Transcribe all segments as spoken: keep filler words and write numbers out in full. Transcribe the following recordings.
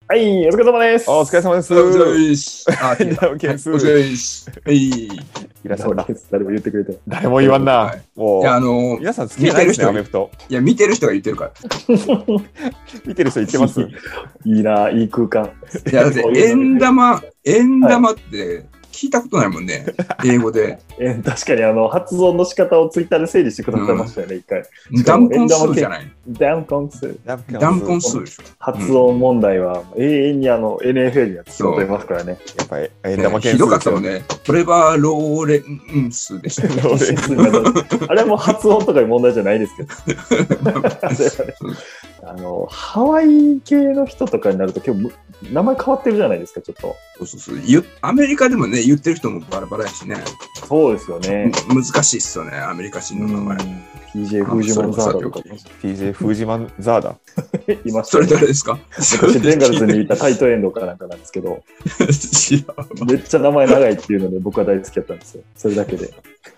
はい、お疲れ様です。 お疲れ様です。 お疲れ様です。あ、 エンダム件数。 お疲れ様です。はい。いらっしゃった。 誰も言ってくれて。 誰も言わんな。 はい、もういや、あのー、 皆さん好きじゃないですね、アメフト。 いや、見てる人が言ってるから。 見てる人言ってます。 いいな、いい空間。 いや、だって、円玉、円玉って、はい聞いたことないもんね、英語で。 え確かにあの発音の仕方をツイッターで整理してくださいましたよね、うん、一回。 ダンコン数じゃないダンコン数。 ダンコン数でしょ。 発音問題は永遠にあの エヌエフエル には使っていますからね。 やっぱり円玉件数、 ね、ひどかったもんね。トレバー・ローレンスでした。 あれはもう発音とかいう問題じゃないですけど。あのハワイ系の人とかになると今日名前変わってるじゃないですか、ちょっと。 そうそうそう。アメリカでもね、言ってる人もバラバラやしね。 そうですよね。 難しいっすよね、アメリカ人の名前。 ピージェー フージマンザーダとか。 ピージェー フージマンザーダいました。それ誰ですか？ 昔ベンガルズにいたタイトエンドかなんかなんですけど、めっちゃ名前長いっていうので僕は大好きだったんですよ。それだけで。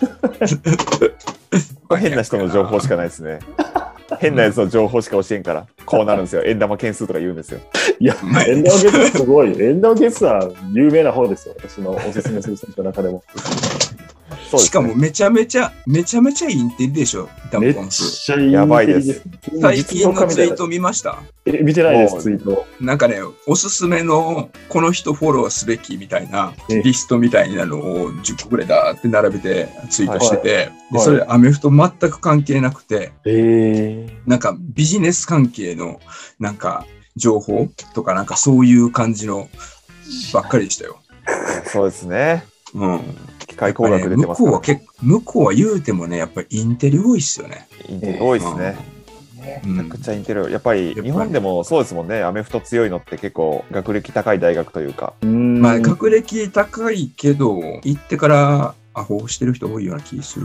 変な人の情報しかないですね。変なやつの情報しか教えんから、こうなるんですよ。円玉件数とか言うんですよ。 いや、円玉件数すごい。円玉件数は有名な方ですよ。私のおすすめする選手の中でも。 そうですね、しかもめちゃめちゃ、めちゃめちゃインテリでしょ、ダンコン数。 めっちゃやばいです。 最近のツイート見ました？ え、見てないです、ツイート。 なんかね、おすすめのこの人フォローすべきみたいなリストみたいなのをじゅっこぐらいだって並べてツイートしてて、はい、でそれアメフト全く関係なくて、 えー、 なんかビジネス関係のなんか情報とかなんかそういう感じのばっかりでしたよ。 そうですね。 うん。 機械工学出てますから、ね、 向こうは結構、向こうは言うてもね、やっぱりインテリ多いっすよね。 インテリ多いっすね。うん、めちゃくちゃインテリ多い。やっぱり日本でもそうですもんね。アメフト強いのって結構学歴高い大学というか。 うんまあ学歴高いけど、行ってからアホしてる人多いような気する。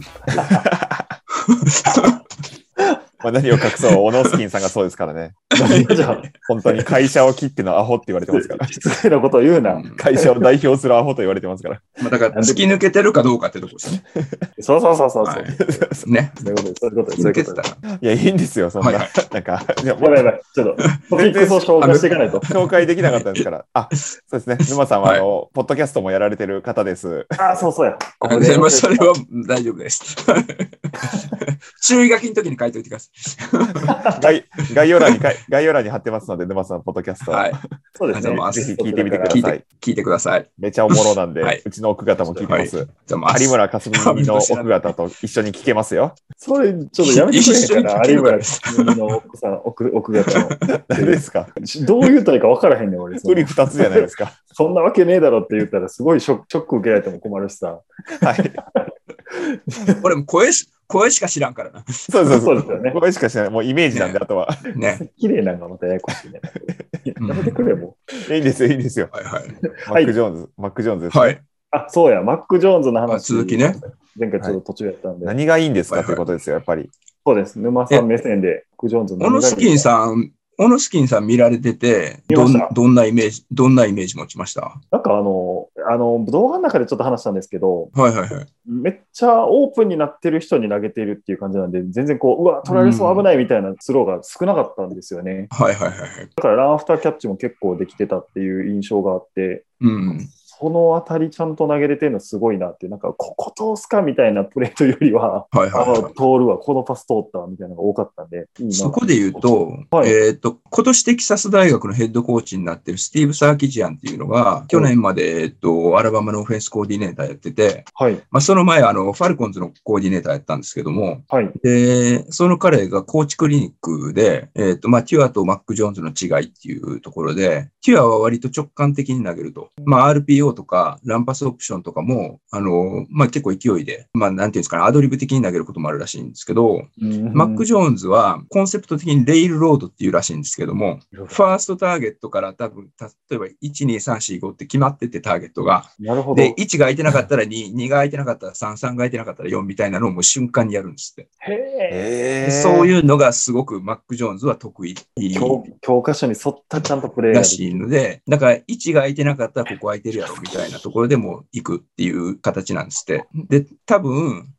まあ何を隠そう、オノスキンさんがそうですからね。本当に会社を切ってのアホって言われてますから。 失礼なことを言うな。 会社を代表するアホと言われてますから。 まあだから突き抜けてるかどうかってとこですね。 そうそうそうそう。 はい、ね。 そういうことです。そういうことです。 突き抜けてたら。 いや、いいんですよ、そんな。はいはい、なんか、 やばいやばい。ちょっと、トピックスを紹介していかないと。 紹介できなかったんですから。あ、そうですね。沼さんは、あの、はい、ポッドキャストもやられてる方です。 あ、そうそうや。 ここでそれは大丈夫です。注意書きの時に書いておいてください。 概, 概要欄に概要欄に貼ってますので、沼さん、ポッドキャスト。 はい。 そうですね。 ぜひ聞いてみてください。 聞いて、聞いてください。 めちゃおもろなんで、はい、うちの奥方も聞いてます。はい、有村架純の奥方と一緒に聞けますよ。 それ、ちょっとやめてくれへんかな、有村架純の奥さん、奥、奥方の。 何ですか？ どう言うたらいいか分からへんねん、俺。 うり二つじゃないですか。 そんなわけねえだろって言ったら、すごいショック受けられても困るしさ。 はい。 俺も声し、声しか知らんからな。 そうそうそう。 そうですよね。 声しか知らない。もうイメージなんで、ね、あとは。 ね。 綺麗なのがまたややこしいね。やめてくれ、もう。いいんですよ、いいんですよ。 はいはい。 マック・ジョーンズ、はい、マック・ジョーンズです、ね。 はい。 あ、そうや、マック・ジョーンズの話。 続きね。 前回ちょっと途中やったんで。 はい、何がいいんですかということですよ、やっぱり。 そうです。沼さん目線で、マック・ジョーンズの。 オノスキンさん、オノスキンさん見られててどん、どんなイメージ、どんなイメージ持ちました？ なんかあの、あの動画の中でちょっと話したんですけど、 はいはいはい。 めっちゃオープンになってる人に投げているっていう感じなんで、全然こう、うわ、取られそう危ないみたいなスローが少なかったんですよね。 はいはいはい。 だからランアフターキャッチも結構できてたっていう印象があって、 うん。 そのあたりちゃんと投げれてるのすごいなって、なんかここ通すかみたいなプレーというよりは、 はいはいはい、 あの通るわ、このパス通ったみたいなのが多かったんで、いいな。 そこで言うと、はい、えっと、今年テキサス大学のヘッドコーチになってるスティーブ・サーキジアンっていうのが、去年まで、えっと、アラバマのオフェンスコーディネーターやってて、 はい。 まあ、その前、あの、ファルコンズのコーディネーターやったんですけども、 はい。 で、その彼がコーチクリニックで、えっと、まあ、テュアとマック・ジョーンズの違いっていうところで、テュアは割と直感的に投げると。まあ、アールピーオー とか、ランパスオプションとかも、あの、まあ、結構勢いで、まあ、なんていうんですかね、アドリブ的に投げることもあるらしいんですけど、マック・ジョーンズはコンセプト的にレイルロードっていうらしいんですけども、ファーストターゲットから多分、例えばいち、に、さん、よん、ごって決まっててターゲットが。 なるほど。 で、いちが空いてなかったらに、にが空いてなかったらさん、さんが空いてなかったらよんみたいなのをもう瞬間にやるんですって。 へー。 そういうのがすごくマック・ジョーンズは得意。 教, 教科書に沿ったちゃんとプレーらしいので、だからいちが空いてなかったらここ空いてるやろみたいなところでも行くっていう形なんですって。で、多分、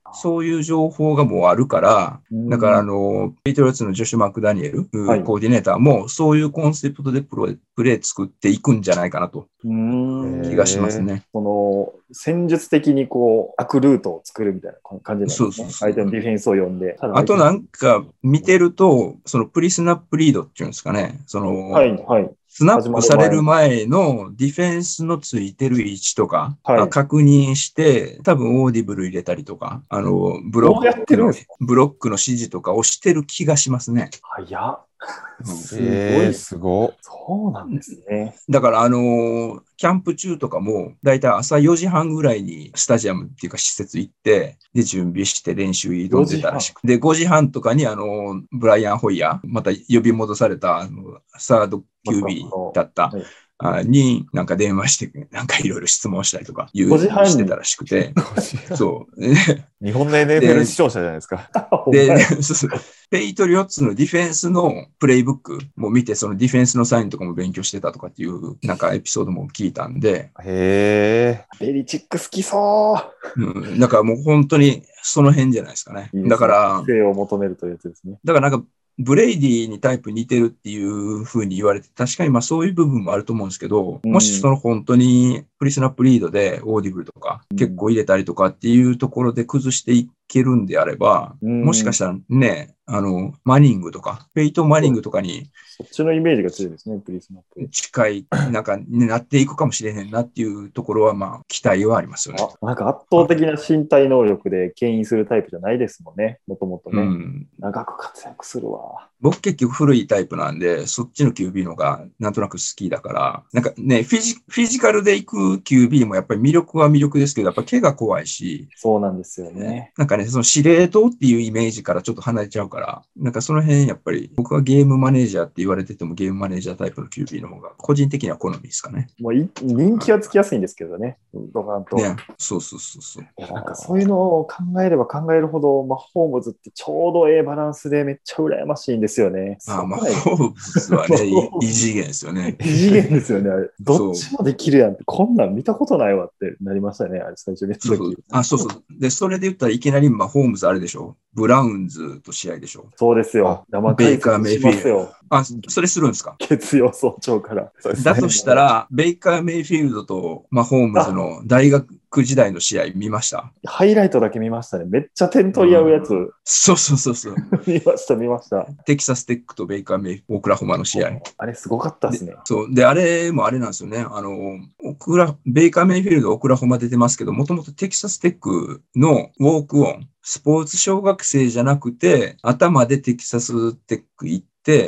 そういう情報がもうあるから、だからあの、ペイトリオッツのジョシュ・マクダニエル、はい、コーディネーターもそういうコンセプトでプロプレー作っていくんじゃないかなと気がしますね。 その戦術的にこう悪ルートを作るみたいな感じなんですね。そうそうそう、相手のディフェンスを読んで。 あとなんか見てると、そのプリスナップリードっていうんですかね。その、 はいはい。 スナップされる前のディフェンスのついてる位置とか、はい、確認して、多分オーディブル入れたりとか、あの、ブロックの、ブロックの指示とか押してる気がしますね。 早っ。 すごい、えー、すごい。 そうなんですね。 だから、あのー、キャンプ中とかも、だいたい朝よじはんぐらいにスタジアムっていうか施設行って、で、準備して練習挑んでたらしくて、で、ごじはんとかに、あのー、ブライアン・ホイヤー、また呼び戻された、あの、サードキュービーだった。はい、に、なんか電話して、なんかいろいろ質問したりとか、いうしてたらしくて。そう。 日本の エヌエフエル 視聴者じゃないですか。 で、ペイトリオッツのディフェンスのプレイブックも見て、そのディフェンスのサインとかも勉強してたとかっていう、なんかエピソードも聞いたんで。 へー。ベリチック好きそう。うん。だからもう本当にその辺じゃないですかね。いいですね。だから。 性を求めるというやつですね。 だからなんか、ブレイディにタイプ似てるっていう風に言われて、確かにまあそういう部分もあると思うんですけど、うん、もしその本当にプリスナップリードでオーディブルとか結構入れたりとかっていうところで崩していけるんであれば、うん、もしかしたらね、あの、マニングとか、ペイトン・マニングとかに、 そっちのイメージが強いですね、プリスナップ。 近い、なんか、ね、なっていくかもしれへんなっていうところは、まあ、期待はありますよね。 あ、なんか圧倒的な身体能力で牽引するタイプじゃないですもんね、もともとね、うん。長く活躍するわ。 僕結局古いタイプなんで、そっちの キュービー の方がなんとなく好きだから、なんかね、フィジ、フィジカルで行く キュービー もやっぱり魅力は魅力ですけど、やっぱ怪我怖いし。 そうなんですよね。 なんかね、その司令塔っていうイメージからちょっと離れちゃうから、なんかその辺やっぱり僕はゲームマネージャーって言われててもゲームマネージャータイプの キュービー の方が個人的には好みですかね。 もうい人気はつきやすいんですけどね、ドカンと。 ね、そうそうそうそう。 いや、なんかそういうのを考えれば考えるほど、マホームズってちょうどええバランスでめっちゃ羨ましいんですよね。 ああ、マホームズはね、異次元ですよね。 異次元ですよね、あれ。どっちもできるやんって、こんなん見たことないわってなりましたね、あれ最初に。 そうそう。あ、そうそう。で、それで言ったらいきなりマホームズあれでしょ。ブラウンズと試合でしょ。 そうですよ。 生ベイカー・メイフィールド。あ、それするんですか？ 月曜早朝から。ね、 だとしたら、ベイカー・メイフィールドとマホームズの大学時代の試合見ました？ ハイライトだけ見ましたね。めっちゃ点取り合うやつ。うん、 そうそうそうそう。 見ました、見ました。 テキサステックとベイカー・メイ、オクラホマの試合。 あれすごかったですね。 そう。で、あれもあれなんですよね。あの、オクラ、ベイカー・メイフィールド、オクラホマ出てますけど、もともとテキサステックのウォークオン、スポーツ小学生じゃなくて、頭でテキサステック行って、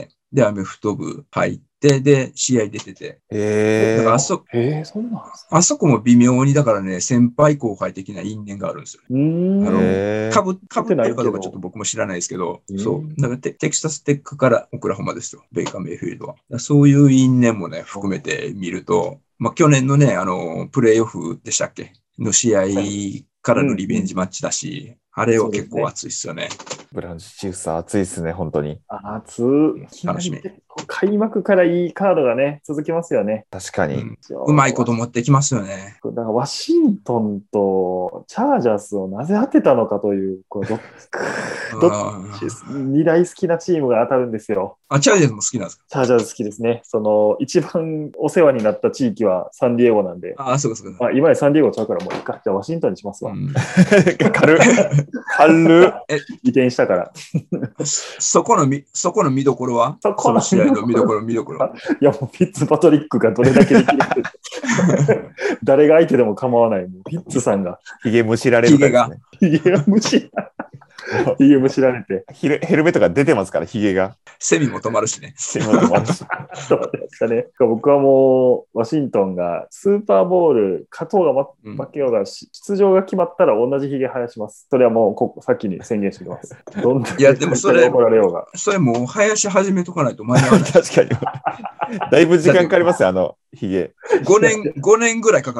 で、アメフト部入って、で、試合出てて。 へー。 だからあそ、 へー、そうなんですか。 あそこも微妙に、だからね、先輩後輩的な因縁があるんですよ。 うーん。 あの、かぶ、かぶってるかどうかちょっと僕も知らないですけど、そう。だからテ、テキサステックからオクラホマですよ。ベイカー・メイフィールドは。そういう因縁もね、含めて見ると、まあ、去年のね、あの、プレイオフでしたっけの試合からのリベンジマッチだし、うんあれは結構熱いっすよね。 ブラウンズチーフス熱いっすね、本当に。 熱い。楽しみ。開幕からいいカードがね、続きますよね。 確かに。うん、 うまいこと持ってきますよね。 だからワシントンとチャージャースをなぜ当てたのかという、これどどっちに大好きなチームが当たるんですよ。 あ、チャージャーズも好きなんですか？ チャージャーズ好きですね。その、一番お世話になった地域はサンディエゴなんで。 あ、そうかそうか。 まあ、今やサンディエゴちゃうからもういいか。じゃあワシントンにしますわ。うん、 軽っ。軽っ。 え、移転したから。 そこのみ、そこの見どころはそこの試合の見どころ、見どころ。 いや、もうフィッツパトリックがどれだけできる誰が相手でも構わない。もうフィッツさんが。 ヒゲむしられる、ね。 ヒゲが。 ヒゲがむしられヒゲむしられて。 ヘル、ヘルメットが出てますから、ヒゲが。 セミも止まるしね。 セミも止まるし。 止まってましたね。僕はもう、ワシントンがスーパーボール、勝とうが、ま、負けようが、うん、出場が決まったら同じヒゲ生やします。それはもうここ、先に宣言しておきます。どんいや、でもそれ、 怒られようが。 それもう生やし始めとかないと間に合わない。 確かに。だいぶ時間かかりますよ、あの、ヒゲ。 ごねん、ごねんぐらいかかるでしょ。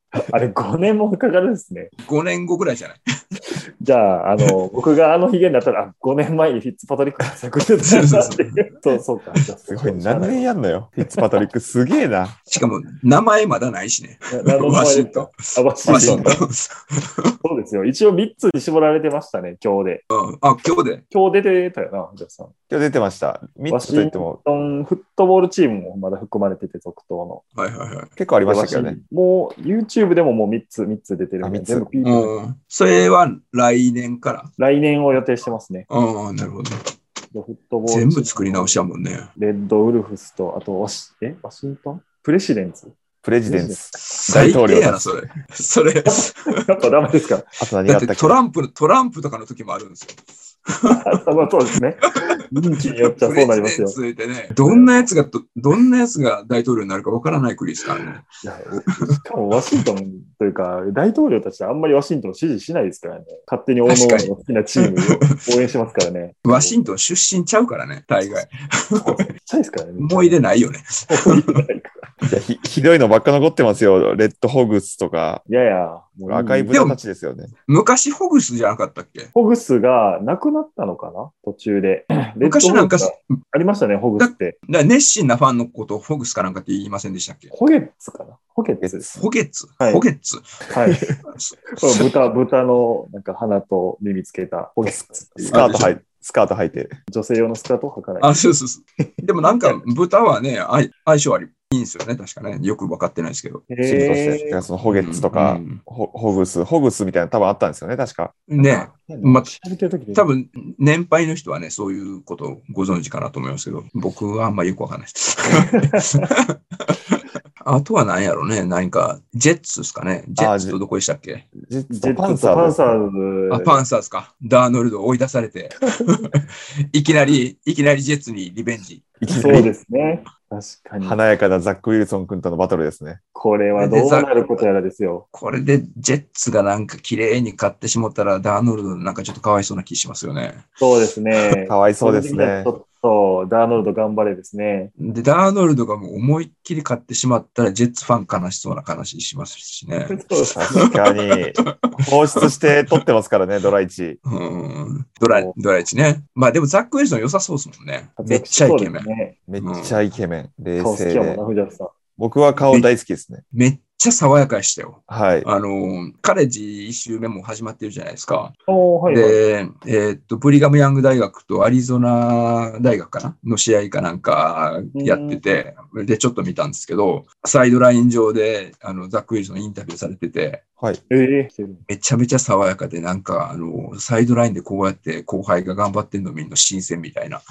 あれごねんもかかるんですね。 ごねんごぐらいじゃない？ じゃあ、あの、僕があのヒゲになったら、あごねんまえにフィッツパトリックが作ってたんだっていう。そうそうか。 すごい、何年やんのよ。フィッツパトリックすげえな。 しかも、名前まだないしね。 何の名前ですか？あ、ワシントン。 ワシントン。 そうですよ。一応みっつに絞られてましたね、今日で。 うん、あ、今日で。 今日出てたよな、ジャスさん。 今日出てました。みっつと言っても。 ワシントンフットボールチームもまだ含まれてて、続投の。 はいはいはい。 結構ありましたけどね。 もう YouTube でももうみっつ、みっつ出てるんで、全部 ピーピー。 うん。それは来年から来年を予定してますね。 ああ、なるほど。 フットボール全部作り直しやもんね。 レッドウルフスと、あとワシ、えワシントンプレシデンツプレジデンツ。 大統領やな、それ。それ。やっぱダメですか？ あと何があったっけ？ トランプ、トランプとかの時もあるんですよ。 そうですね。人気によっちゃそうなりますよ。 ね、どんなやつがど、どんなやつが大統領になるかわからない国ですからね。 いや、しかもワシントンというか、大統領たちはあんまりワシントンを支持しないですからね。勝手に大野の好きなチームを応援しますからね。 ワシントン出身ちゃうからね、大概。 ちっちゃいですからね。 思い出ないよね。 思い出ないから。 いや ひ, ひどいのばっか残ってますよ。レッドホグスとか。 いやいや、 もう赤い豚たちですよね。 昔ホグスじゃなかったっけ？ ホグスがなくなったのかな途中で。 昔なんかありましたね、ホグスって。 だ熱心なファンのことをホグスかなんかって言いませんでしたっけ？ ホゲッツかなホゲッツです。 ホゲッツ、 はい、 ホゲッツはい。この豚、豚のなんか鼻と耳つけたホゲッツっていう。 スカート履いて。スカート履いて。 女性用のスカートを履かない。 あ、そうそうそう。でもなんか豚はね、相性あり。いいんですよね、確かね。よく分かってないですけど。 チームとして。そのホゲッツとか、うん、ホ, ホグス、ホグスみたいな多分あったんですよね、確か。 ね。まあ、多分年配の人はね、そういうことをご存知かなと思いますけど、僕はあんまりよくわかんないです。あとは何やろうね、何か、ジェッツですかね。ジェッツとどこでしたっけ？ ジェッツとパンサーズ。パンサーズ。あ、パンサーズか。ダーノルド追い出されて、いきなり、いきなりジェッツにリベンジ。 そうですね。確かに。 華やかなザック・ウィルソン君とのバトルですね。 これはどうなることやらですよ。 これでジェッツがなんか綺麗に勝ってしまったら、ダーノルドなんかちょっとかわいそうな気しますよね。 そうですね。 かわいそうですね。 そう、ダーノルド頑張れですね。 で、ダーノルドがもう思いっきり勝ってしまったら、ジェッツファン悲しそうな話しますしね。 確かに。放出して取ってますからね、ドラいち。 うん。ドラ、ドラいちね。まあでもザック・ウィルソン良さそうですもんね。めっちゃイケメン。 ね、 めっちゃイケメン。冷静で。 僕は顔大好きですね。 めっちゃ爽やかでしたよ。 はい。 あの、カレッジ一周目も始まってるじゃないですか。 はいはい、 で、えー、っと、ブリガム・ヤング大学とアリゾナ大学かなの試合かなんかやってて、で、ちょっと見たんですけど、サイドライン上で、あの、ザック・ウィルソンインタビューされてて、 はい。 えー、 めちゃめちゃ爽やかで、なんか、あの、サイドラインでこうやって後輩が頑張ってんの見るの新鮮みたいな。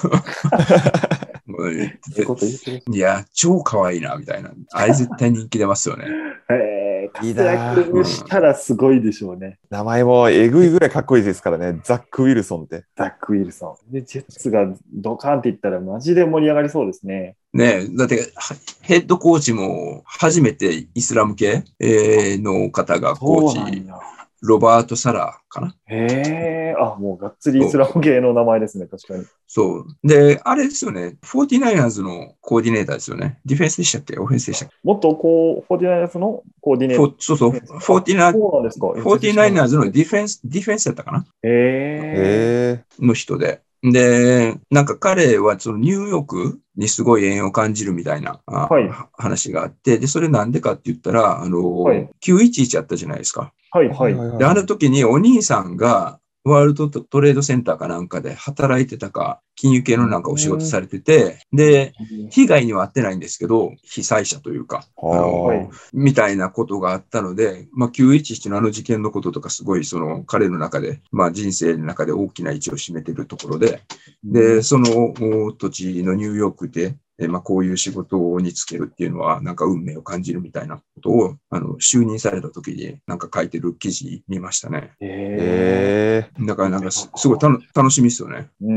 いや、超可愛いな、みたいな。あれ絶対人気出ますよね。 えー、活躍したらすごいでしょうね。 名前もえぐいぐらいかっこいいですからね。ザック・ウィルソンって。 ザック・ウィルソン。で、ジェッツがドカンっていったらマジで盛り上がりそうですね。 ねえ、だってヘッドコーチも初めてイスラム系、えー、の方がコーチ。ロバート・サラーかな。 へえ、あ、もうがっつりイスラム系の名前ですね、確かに。 そう。で、あれですよね、フォーティナイナーズのコーディネーターですよね。ディフェンスでしたっけ？オフェンスでしたっけ？ もっとこう、フォーティナイナーズのコーディネーター。 そうそう、フォーティナイナーズのディフェンス、ディフェンスだったかな。 へえ。 の人で。で、なんか彼はそのニューヨークにすごい縁を感じるみたいな、はい、話があって、で、それなんでかって言ったら、あの、はい、きゅういちいちあったじゃないですか。 はいはいはい。 で、あの時にお兄さんがワールドトレードセンターかなんかで働いてたか、金融系のなんかお仕事されてて、で、被害には遭ってないんですけど、被災者というか、あの、はい、みたいなことがあったので、まあ、きゅういちいちのあの事件のこととかすごいその彼の中で、まあ人生の中で大きな位置を占めているところで、で、その土地のニューヨークで、えまあ、こういう仕事に就けるっていうのは、なんか運命を感じるみたいなことを、あの、就任された時になんか書いてる記事見ましたね。 へー。だからなんかすごいたの楽しみですよね。 うん、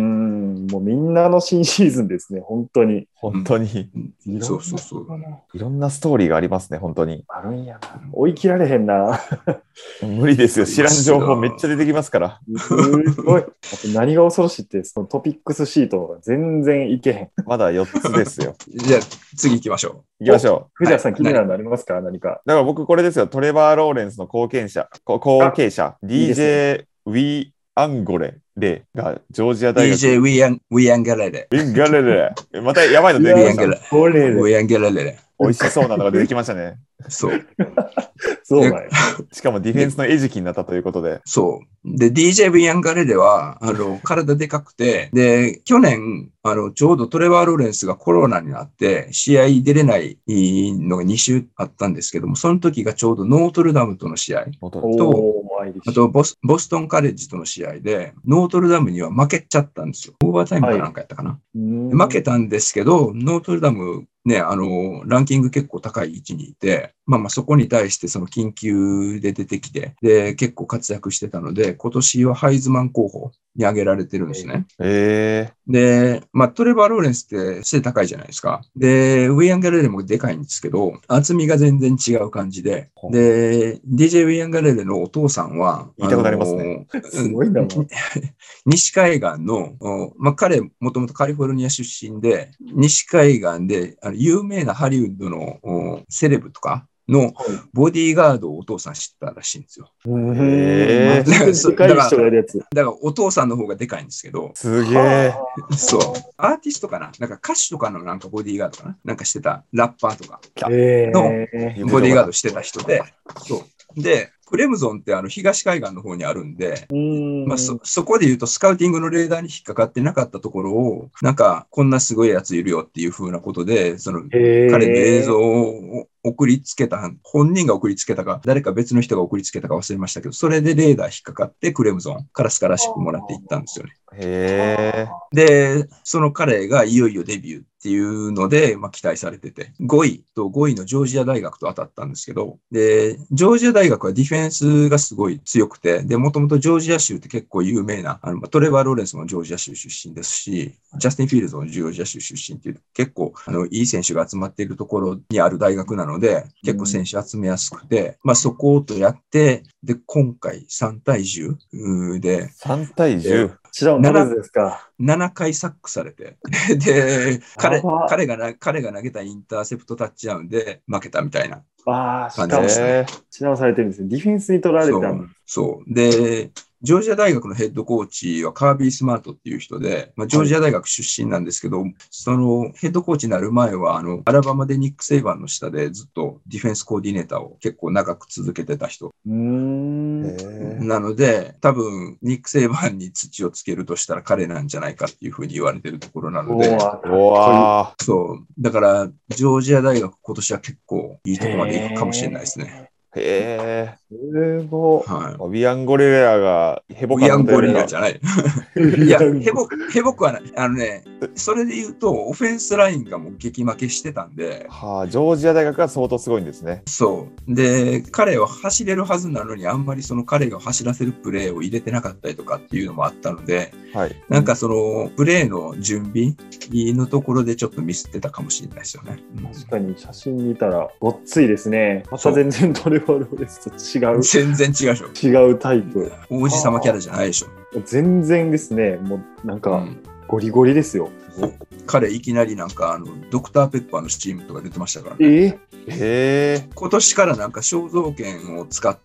もうみんなの新シーズンですね、本当に。 本当に。 うん、そうそうそう。 いろんなストーリーがありますね、本当に。 あるんやな。追い切られへんな。 無理ですよ。知らん情報めっちゃ出てきますから。 すごい。あと何が恐ろしいって、そのトピックスシートが全然いけへん。 まだよっつですですよ。 じゃあ次行きましょう。行きましょう。 藤田さん、気になるのありますか？何か。 だから僕これですよ。トレバー・ローレンスの後継者、後継者、ディージェー ウィ・アンゴレレがジョージアう。 大学。 ディージェー ウィアン、ウィアンガレレ。 ウィンガレレ。またやばいの出てきました。 ウィアンガレレ。 美味しそうなのが出てきましたね。 そう。 そうなんや。 しかもディフェンスの餌食になったということで。 そう。で、ディージェー ウィアンガレレは、あの、体でかくて、で、去年、あの、ちょうどトレバー・ローレンスがコロナになって、試合出れないのがに週あったんですけども、その時がちょうどノートルダムとの試合と、あとボス、ボストンカレッジとの試合で、ノートルダムには負けちゃったんですよ。オーバータイムかなんかやったかな。はい、負けたんですけど、ノートルダム、ね、あの、ランキング結構高い位置にいて、まあまあそこに対してその緊急で出てきて、で、結構活躍してたので、今年はハイズマン候補に挙げられてるんですね。 へー。 で、まあトレバー・ローレンスって背高いじゃないですか。で、ウィアン・ガレレもでかいんですけど、厚みが全然違う感じで、で、ディージェー ウィアン・ガレレのお父さんは、 言いたくなりますね。 すごいな。 西海岸の、まあ彼、もともとカリフォルニア出身で、西海岸で、あの有名なハリウッドのセレブとかのボディーガードをお父さん知ったらしいんですよ。 へー。でかい人がやるやつ。 だからお父さんの方がでかいんですけど。 すげえ。 そう。アーティストかななんか歌手とかのなんかボディーガードかななんかしてたラッパーとかのボディーガードしてた人で。そう。で、クレムゾンってあの東海岸の方にあるんで、 うんまあ、そ、そこで言うとスカウティングのレーダーに引っかかってなかったところを、なんかこんなすごいやついるよっていう風なことで、その彼の映像を送りつけた、本人が送りつけたか、誰か別の人が送りつけたか忘れましたけど、それでレーダー引っかかってクレムゾンからスカラシップもらっていったんですよね。 へー。 で、その彼がいよいよデビューっていうので、まあ、期待されてて、ごいとごいのジョージア大学と当たったんですけど、で、ジョージア大学はディフェンスがすごい強くて、で、もともとジョージア州って結構有名な、あの、トレバー・ローレンスもジョージア州出身ですし、ジャスティン・フィールズもジョージア州出身っていう、結構、あの、いい選手が集まっているところにある大学なので、結構選手集めやすくて、まあ、そことやって、で、今回さんたいじゅうで、 さんたいじゅう。 知らんなですか。 ななかいサックされて、で、彼、彼がな、彼が投げたインターセプトタッチダウンで負けたみたいな。 ああ、しかも、知らんされてるんですね。ディフェンスに取られたそうそう。で、ジョージア大学のヘッドコーチはカービー・スマートっていう人で、まあ、ジョージア大学出身なんですけど、はい、そのヘッドコーチになる前は、あの、アラバマでニック・セイバンの下でずっとディフェンスコーディネーターを結構長く続けてた人。 うーんなので、多分、ニック・セイバンに土をつけるとしたら彼なんじゃないかっていうふうに言われてるところなので、 おわそう。だから、ジョージア大学今年は結構いいとこまで行くかもしれないですね。 へえ。 すごい。 はい。 ウィアンゴリラがヘボウィアンゴリラじゃない。いや、ヘボ、ヘボくはない。あのね、それで言うと、オフェンスラインがもう激負けしてたんで。 はあ、ジョージア大学が相当すごいんですね。 そう。で、彼は走れるはずなのに、あんまりその彼が走らせるプレーを入れてなかったりとかっていうのもあったので、 はい。 なんかその、プレーの準備のところでちょっとミスってたかもしれないですよね。 確かに写真見たら、ごっついですね。また全然トレバー・ローレンスと違う。 全然違うでしょ。 違うタイプ。 王子様キャラじゃないでしょ。 全然ですね。もうなんか、ゴリゴリですよ。 うん、彼いきなりなんかあのドクターペッパーのスチームとか出てましたからね。 えーへー。 今年からなんか肖像権を使った、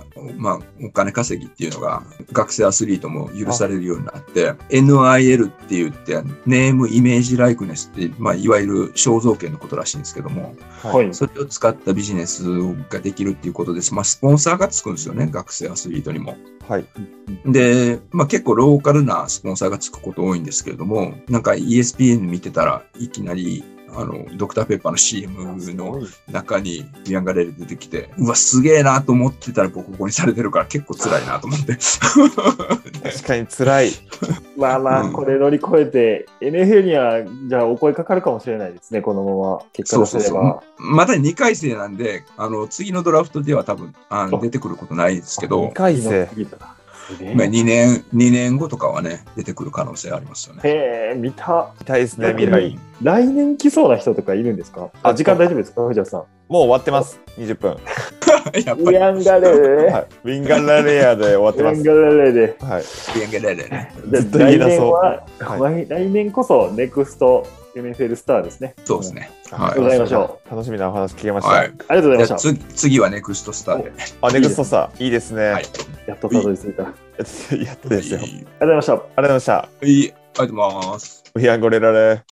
まあ、お金稼ぎっていうのが学生アスリートも許されるようになって、エヌアイエル って言ってネームイメージライクネスって、まあ、いわゆる肖像権のことらしいんですけども、はい、それを使ったビジネスができるっていうことです。まあ、スポンサーがつくんですよね、学生アスリートにも。 はい。 で、まあ結構ローカルなスポンサーがつくこと多いんですけれども、なんか イーエスピーエヌ 見てたらいきなりあの、ドクターペッパーの シーエム の中にビアンガレール出てきて、うわ、すげえなと思ってたらボコボコにされてるから結構辛いなと思って。 確かに辛い。 まあまあ、これ乗り越えて、うん、エヌエフエル には、じゃあお声かかるかもしれないですね、このまま結果出せれば。そうそうそう。まだにかい生なんで、あの、次のドラフトでは多分、あの出てくることないですけど。 にかい生。 まあ、にねん、にねんごとかはね、出てくる可能性ありますよね。 へえ、見た。 見たいですね、未来。 来年来そうな人とかいるんですか？あ、時間大丈夫ですか、藤田さん。 もう終わってます。にじゅっぷん。 やっぱり。 ウィアンガレーレ。 はい。ウィンガラレアで終わってます。 ウィンガラレーで。 はい。 ウィンガラレーね。 ずっと言い出そう。 来年は、はい、来年こそネクストエヌエフエル スターですね。 そうですね。 ありがとうございましょう。楽しみなお話聞けました。 はい。 ありがとうございました。 次次はネクストスターで。 あ、ネクストスター、いいですね。 はい。 やっとたどり着いた。 やっとですよ。ありがとういいありがとうございました。 ございました。 いい。ありがとうございます。 ウィアンゴレラレ。